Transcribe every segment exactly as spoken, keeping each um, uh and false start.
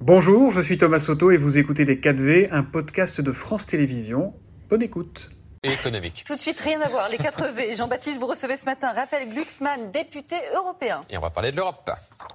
Bonjour, je suis Thomas Soto et vous écoutez Les quatre V, un podcast de France Télévisions. Bonne écoute. Et économique. Tout de suite, rien à voir. Les quatre V. Jean-Baptiste, vous recevez ce matin Raphaël Glucksmann, député européen. Et on va parler de l'Europe.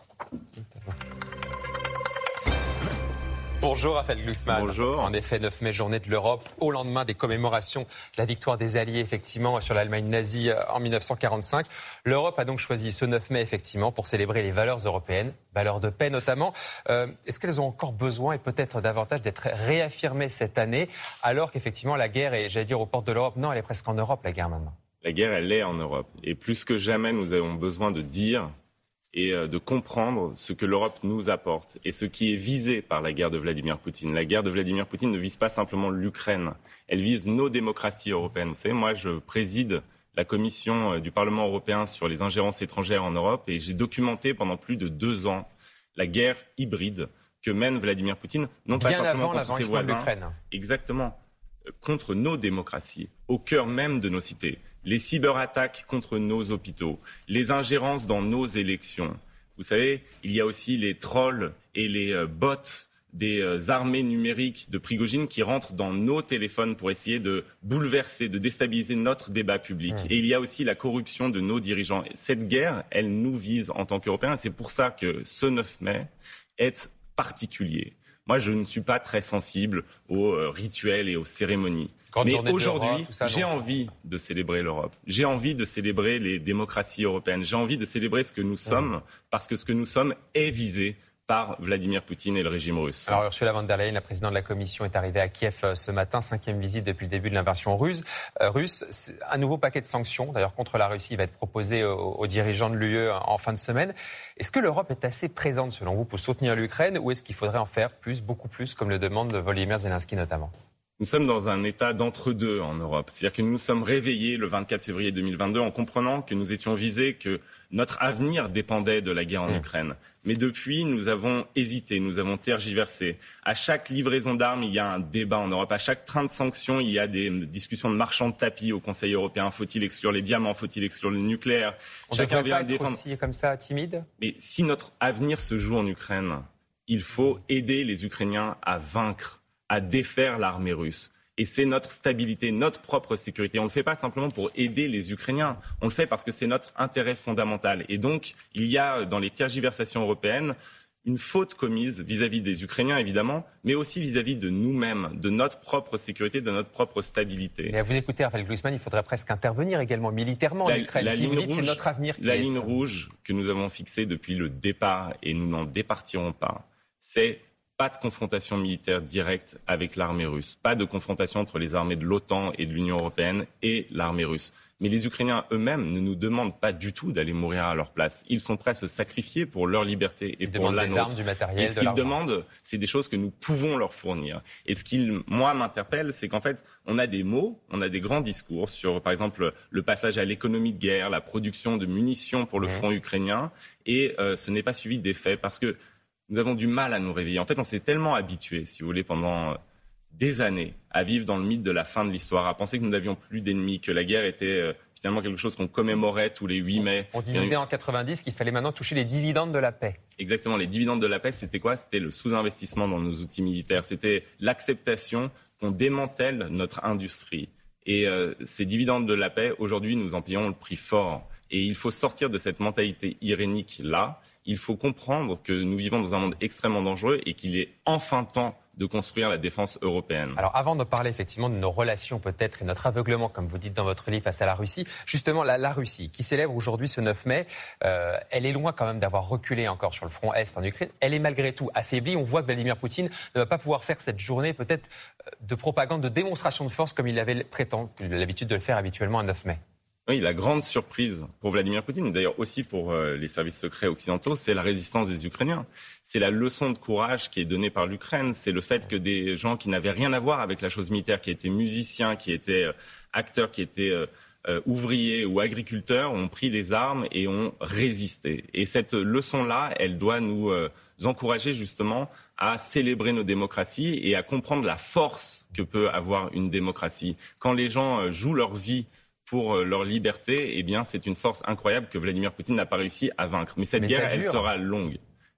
Bonjour Raphaël Glucksmann. Bonjour. En effet, neuf mai, journée de l'Europe, au lendemain des commémorations de la victoire des Alliés, effectivement, sur l'Allemagne nazie en dix-neuf cent quarante-cinq. L'Europe a donc choisi ce neuf mai, effectivement, pour célébrer les valeurs européennes, valeurs de paix notamment. Euh, est-ce qu'elles ont encore besoin et peut-être davantage d'être réaffirmées cette année, alors qu'effectivement la guerre est, j'allais dire, aux portes de l'Europe? Non, elle est presque en Europe, la guerre maintenant. La guerre, elle est en Europe. Et plus que jamais, nous avons besoin de dire et de comprendre ce que l'Europe nous apporte et ce qui est visé par la guerre de Vladimir Poutine. La guerre de Vladimir Poutine ne vise pas simplement l'Ukraine, elle vise nos démocraties européennes. Vous savez, moi, je préside la commission du Parlement européen sur les ingérences étrangères en Europe et j'ai documenté pendant plus de deux ans la guerre hybride que mène Vladimir Poutine, non Bien pas simplement avant contre ses voisins, l'Ukraine. Exactement, contre nos démocraties, au cœur même de nos cités. Les cyberattaques contre nos hôpitaux, les ingérences dans nos élections. Vous savez, il y a aussi les trolls et les euh, bots des euh, armées numériques de Prigojine qui rentrent dans nos téléphones pour essayer de bouleverser, de déstabiliser notre débat public. Mmh. Et il y a aussi la corruption de nos dirigeants. Cette guerre, elle nous vise en tant qu'Européens. Et c'est pour ça que ce neuf mai est particulier. Moi, je ne suis pas très sensible aux euh, rituels et aux cérémonies. Grande Mais aujourd'hui, ça, j'ai non. envie de célébrer l'Europe. J'ai envie de célébrer les démocraties européennes. J'ai envie de célébrer ce que nous sommes, mmh. parce que ce que nous sommes est visé par Vladimir Poutine et le régime russe. Alors Ursula von der Leyen, la présidente de la Commission, est arrivée à Kiev ce matin, cinquième visite depuis le début de l'invasion russe. Euh, russe, c'est un nouveau paquet de sanctions, d'ailleurs contre la Russie, va être proposé aux, aux dirigeants de l'U E en fin de semaine. Est-ce que l'Europe est assez présente, selon vous, pour soutenir l'Ukraine, ou est-ce qu'il faudrait en faire plus, beaucoup plus, comme le demande Volodymyr Zelensky notamment ? Nous sommes dans un état d'entre-deux en Europe. C'est-à-dire que nous nous sommes réveillés le vingt-quatre février deux mille vingt-deux en comprenant que nous étions visés, que notre avenir dépendait de la guerre en mmh. Ukraine. Mais depuis, nous avons hésité, nous avons tergiversé. À chaque livraison d'armes, il y a un débat en Europe. À chaque train de sanctions, il y a des discussions de marchands de tapis au Conseil européen. Faut-il exclure les diamants? Faut-il exclure le nucléaire? On ne devrait pas être défendre... aussi comme ça, timide? Mais si notre avenir se joue en Ukraine, il faut aider les Ukrainiens à vaincre, à défaire l'armée russe. Et c'est notre stabilité, notre propre sécurité. On ne le fait pas simplement pour aider les Ukrainiens. On le fait parce que c'est notre intérêt fondamental. Et donc, il y a dans les tergiversations européennes une faute commise vis-à-vis des Ukrainiens, évidemment, mais aussi vis-à-vis de nous-mêmes, de notre propre sécurité, de notre propre stabilité. Mais à vous écouter, Raphaël Glucksmann, il faudrait presque intervenir également militairement en Ukraine. La si vous ligne dites rouge, c'est notre avenir qui La est... ligne rouge que nous avons fixée depuis le départ, et nous n'en départirons pas, c'est pas de confrontation militaire directe avec l'armée russe. Pas de confrontation entre les armées de l'OTAN et de l'Union européenne et l'armée russe. Mais les Ukrainiens eux-mêmes ne nous demandent pas du tout d'aller mourir à leur place. Ils sont prêts à se sacrifier pour leur liberté et ils pour la des nôtre. Armes, du matériel, et ce de qu'ils l'argent. demandent, c'est des choses que nous pouvons leur fournir. Et ce qui, moi, m'interpelle, c'est qu'en fait, on a des mots, on a des grands discours sur, par exemple, le passage à l'économie de guerre, la production de munitions pour le mmh. front ukrainien, et euh, ce n'est pas suivi des faits, parce que nous avons du mal à nous réveiller. En fait, on s'est tellement habitués, si vous voulez, pendant des années, à vivre dans le mythe de la fin de l'histoire, à penser que nous n'avions plus d'ennemis, que la guerre était euh, finalement quelque chose qu'on commémorait tous les huit mai. On disait en quatre-vingt-dix qu'il fallait maintenant toucher les dividendes de la paix. Exactement, les dividendes de la paix, c'était quoi? C'était le sous-investissement dans nos outils militaires. C'était l'acceptation qu'on démantèle notre industrie. Et euh, ces dividendes de la paix, aujourd'hui, nous en payons le prix fort. Et il faut sortir de cette mentalité irénique-là. Il faut comprendre que nous vivons dans un monde extrêmement dangereux et qu'il est enfin temps de construire la défense européenne. Alors avant de parler effectivement de nos relations peut-être et notre aveuglement, comme vous dites dans votre livre, face à la Russie, justement la, la Russie qui célèbre aujourd'hui ce neuf mai, euh, elle est loin quand même d'avoir reculé encore sur le front Est en Ukraine. Elle est malgré tout affaiblie. On voit que Vladimir Poutine ne va pas pouvoir faire cette journée peut-être de propagande, de démonstration de force comme il avait prétendu, l'habitude de le faire habituellement un neuf mai. Oui, la grande surprise pour Vladimir Poutine, d'ailleurs aussi pour euh, les services secrets occidentaux, c'est la résistance des Ukrainiens. C'est la leçon de courage qui est donnée par l'Ukraine. C'est le fait que des gens qui n'avaient rien à voir avec la chose militaire, qui étaient musiciens, qui étaient euh, acteurs, qui étaient euh, euh, ouvriers ou agriculteurs, ont pris les armes et ont résisté. Et cette leçon-là, elle doit nous euh, encourager justement à célébrer nos démocraties et à comprendre la force que peut avoir une démocratie. Quand les gens euh, jouent leur vie pour leur liberté, eh bien, c'est une force incroyable que Vladimir Poutine n'a pas réussi à vaincre. Mais cette Mais guerre, elle dure. sera longue.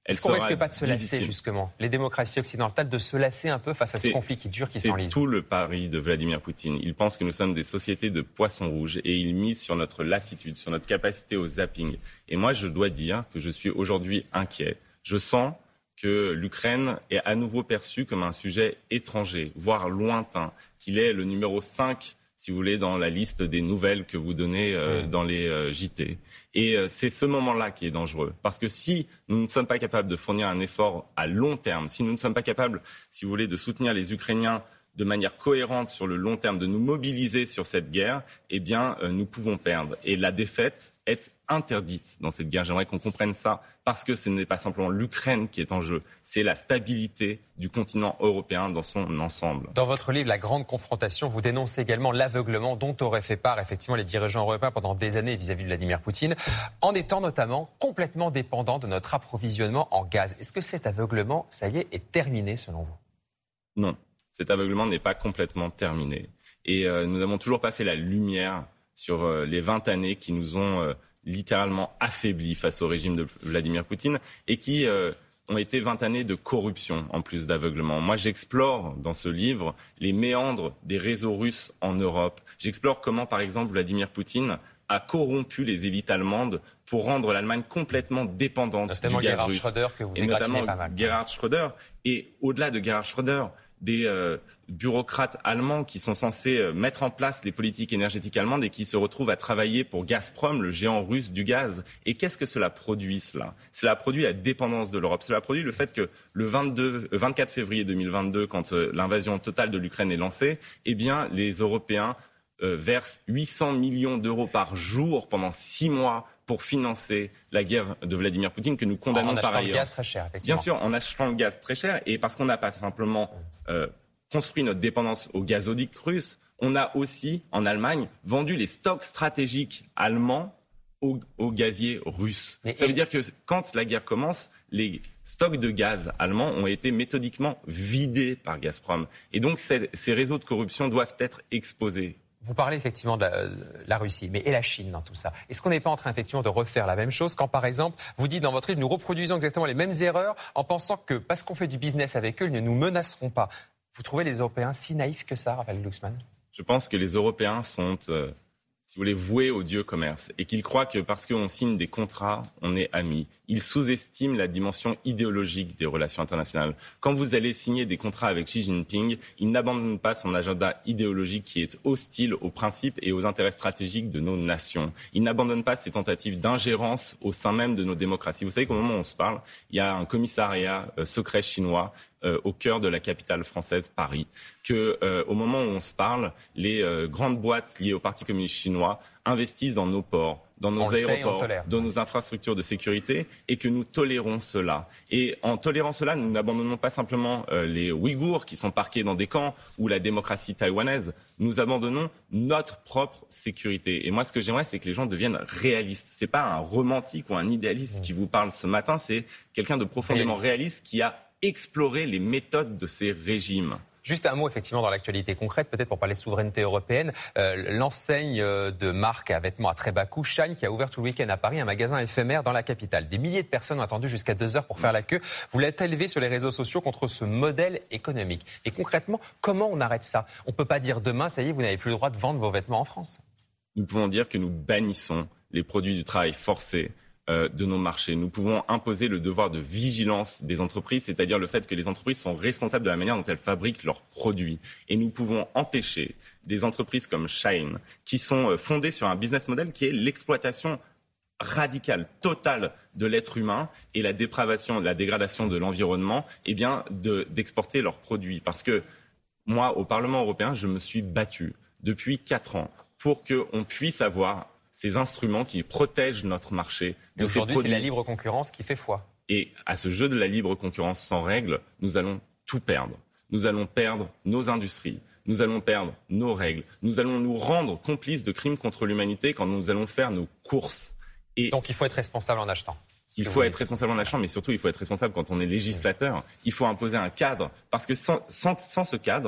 Elle Est-ce qu'on ne risque pas de se lasser, difficile. justement, les démocraties occidentales, de se lasser un peu face à ce C'est, conflit qui dure, qui c'est s'enlise? C'est tout le pari de Vladimir Poutine. Il pense que nous sommes des sociétés de poissons rouges et il mise sur notre lassitude, sur notre capacité au zapping. Et moi, je dois dire que je suis aujourd'hui inquiet. Je sens que l'Ukraine est à nouveau perçue comme un sujet étranger, voire lointain, qu'il est le numéro cinq, si vous voulez, dans la liste des nouvelles que vous donnez euh, dans les euh, J T. Et euh, c'est ce moment-là qui est dangereux. Parce que si nous ne sommes pas capables de fournir un effort à long terme, si nous ne sommes pas capables, si vous voulez, de soutenir les Ukrainiens de manière cohérente sur le long terme, de nous mobiliser sur cette guerre, eh bien, euh, nous pouvons perdre. Et la défaite est interdite dans cette guerre. J'aimerais qu'on comprenne ça, parce que ce n'est pas simplement l'Ukraine qui est en jeu, c'est la stabilité du continent européen dans son ensemble. Dans votre livre, La Grande Confrontation, vous dénoncez également l'aveuglement dont auraient fait part effectivement les dirigeants européens pendant des années vis-à-vis de Vladimir Poutine, en étant notamment complètement dépendants de notre approvisionnement en gaz. Est-ce que cet aveuglement, ça y est, est terminé selon vous? Non. Cet aveuglement n'est pas complètement terminé. Et euh, nous n'avons toujours pas fait la lumière sur euh, les vingt années qui nous ont euh, littéralement affaiblis face au régime de Vladimir Poutine et qui euh, ont été vingt années de corruption en plus d'aveuglement. Moi, j'explore dans ce livre les méandres des réseaux russes en Europe. J'explore comment, par exemple, Vladimir Poutine a corrompu les élites allemandes pour rendre l'Allemagne complètement dépendante notamment du gaz Gerhard russe. Schröder, que vous et notamment pas mal. Gerhard Schröder. Et au-delà de Gerhard Schröder, des euh, bureaucrates allemands qui sont censés euh, mettre en place les politiques énergétiques allemandes et qui se retrouvent à travailler pour Gazprom, le géant russe du gaz. Et qu'est-ce que cela produit, cela ? Cela produit la dépendance de l'Europe. Cela produit le fait que le vingt-deux, vingt-quatre février deux mille vingt-deux, quand euh, l'invasion totale de l'Ukraine est lancée, eh bien, les Européens euh, versent huit cents millions d'euros par jour pendant six mois pour financer la guerre de Vladimir Poutine que nous condamnons par ailleurs. En achetant le gaz très cher, effectivement. Bien sûr, en achetant le gaz très cher et parce qu'on n'a pas simplement euh, construit notre dépendance au gazoduc russe, on a aussi, en Allemagne, vendu les stocks stratégiques allemands aux, aux gaziers russes. Mais Ça et... veut dire que quand la guerre commence, les stocks de gaz allemands ont été méthodiquement vidés par Gazprom. Et donc, ces, ces réseaux de corruption doivent être exposés. Vous parlez effectivement de la, de la Russie, mais et la Chine dans tout ça? Est-ce qu'on n'est pas en train effectivement de refaire la même chose quand, par exemple, vous dites dans votre livre, nous reproduisons exactement les mêmes erreurs en pensant que parce qu'on fait du business avec eux, ils ne nous menaceront pas? Vous trouvez les Européens si naïfs que ça, Raphaël Glucksmann? Je pense que les Européens sont, euh, si vous voulez, voués au dieu commerce et qu'ils croient que parce qu'on signe des contrats, on est amis. Ils sous-estiment la dimension idéologique des relations internationales. Quand vous allez signer des contrats avec Xi Jinping, il n'abandonne pas son agenda idéologique qui est hostile aux principes et aux intérêts stratégiques de nos nations. Il n'abandonne pas ses tentatives d'ingérence au sein même de nos démocraties. Vous savez qu'au moment où on se parle, il y a un commissariat euh, secret chinois Euh, au cœur de la capitale française, Paris, que euh, au moment où on se parle, les euh, grandes boîtes liées au Parti communiste chinois investissent dans nos ports, dans nos on aéroports, sait, dans nos infrastructures de sécurité, et que nous tolérons cela. Et en tolérant cela, nous n'abandonnons pas simplement euh, les Ouïghours qui sont parqués dans des camps ou la démocratie taïwanaise, nous abandonnons notre propre sécurité. Et moi, ce que j'aimerais, c'est que les gens deviennent réalistes. C'est pas un romantique ou un idéaliste mmh. qui vous parle ce matin, c'est quelqu'un de profondément réaliste, réaliste qui a explorer les méthodes de ces régimes. Juste un mot, effectivement, dans l'actualité concrète, peut-être pour parler de souveraineté européenne. Euh, l'enseigne de marque à vêtements à très bas coût, Shine, qui a ouvert tout le week-end à Paris un magasin éphémère dans la capitale. Des milliers de personnes ont attendu jusqu'à deux heures pour faire la queue. Vous l'avez élevé sur les réseaux sociaux contre ce modèle économique. Et concrètement, comment on arrête ça? On ne peut pas dire demain, ça y est, vous n'avez plus le droit de vendre vos vêtements en France. Nous pouvons dire que nous bannissons les produits du travail forcé de nos marchés. Nous pouvons imposer le devoir de vigilance des entreprises, c'est-à-dire le fait que les entreprises sont responsables de la manière dont elles fabriquent leurs produits. Et nous pouvons empêcher des entreprises comme Shine, qui sont fondées sur un business model qui est l'exploitation radicale, totale de l'être humain et la dépravation, la dégradation de l'environnement, eh bien, de, d'exporter leurs produits. Parce que moi, au Parlement européen, je me suis battu depuis quatre ans pour qu'on puisse avoir ces instruments qui protègent notre marché. Et aujourd'hui, c'est la libre concurrence qui fait foi. Et à ce jeu de la libre concurrence sans règles, nous allons tout perdre. Nous allons perdre nos industries, nous allons perdre nos règles, nous allons nous rendre complices de crimes contre l'humanité quand nous allons faire nos courses. Et donc il faut être responsable en achetant. Il faut être responsable en achetant, mais surtout il faut être responsable quand on est législateur. Il faut imposer un cadre, parce que sans, sans, sans ce cadre,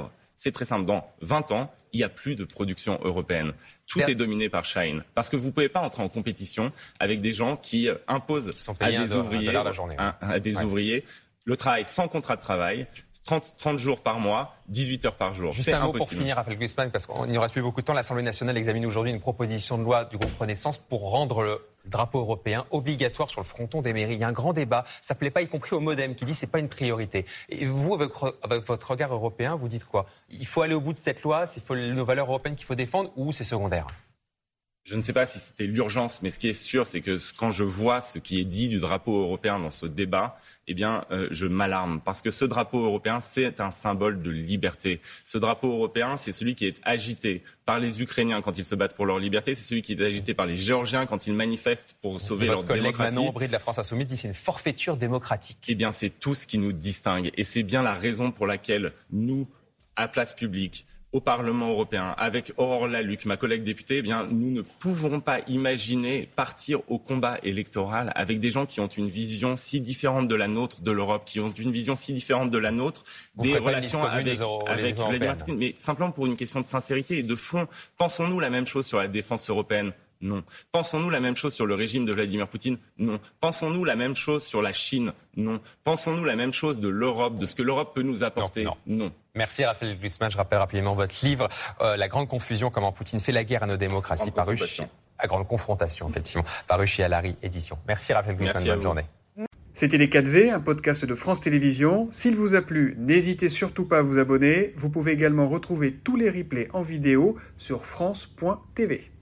C'est très simple. Dans vingt ans, il n'y a plus de production européenne. Tout est dominé par Chine. Parce que vous ne pouvez pas entrer en compétition avec des gens qui imposent qui sont payés à des, ouvriers, la journée, à, à des ouais. ouvriers le travail sans contrat de travail, trente, trente jours par mois, dix-huit heures par jour. Juste c'est un mot impossible. pour finir, Raphaël Glucksmann, parce qu'il n'y reste plus beaucoup de temps. L'Assemblée nationale examine aujourd'hui une proposition de loi du groupe Renaissance pour rendre le drapeau européen obligatoire sur le fronton des mairies. Il y a un grand débat. Ça ne plaît pas, y compris au MoDem, qui dit que ce n'est pas une priorité. Et vous, avec, avec votre regard européen, vous dites quoi? Il faut aller au bout de cette loi, c'est nos valeurs européennes qu'il faut défendre, ou c'est secondaire? Je ne sais pas si c'était l'urgence, mais ce qui est sûr, c'est que quand je vois ce qui est dit du drapeau européen dans ce débat, eh bien, euh, je m'alarme. Parce que ce drapeau européen, c'est un symbole de liberté. Ce drapeau européen, c'est celui qui est agité par les Ukrainiens quand ils se battent pour leur liberté. C'est celui qui est agité par les Géorgiens quand ils manifestent pour sauver leur démocratie. Votre collègue Manon Aubry de la France Insoumise dit que c'est une forfaiture démocratique. Eh bien, c'est tout ce qui nous distingue. Et c'est bien la raison pour laquelle nous, à Place Publique, au Parlement européen, avec Aurore Lalucq, ma collègue députée, eh bien, nous ne pouvons pas imaginer partir au combat électoral avec des gens qui ont une vision si différente de la nôtre de l'Europe, qui ont une vision si différente de la nôtre Vous des relations avec, des euro, avec Vladimir Poutine. Mais simplement pour une question de sincérité et de fond, pensons-nous la même chose sur la défense européenne ? Non. Pensons-nous la même chose sur le régime de Vladimir Poutine ? Non. Pensons-nous la même chose sur la Chine ? Non. Pensons-nous la même chose de l'Europe, de ce que l'Europe peut nous apporter ? Non. non. non. Merci Raphaël Glucksmann. Je rappelle rapidement votre livre, euh, La Grande Confusion, comment Poutine fait la guerre à nos démocraties, paru chez... À Grande Confrontation, effectivement, paru chez Alary Édition. Merci Raphaël Glucksmann, bonne journée. C'était Les quatre V, un podcast de France Télévisions. S'il vous a plu, n'hésitez surtout pas à vous abonner. Vous pouvez également retrouver tous les replays en vidéo sur France point T V.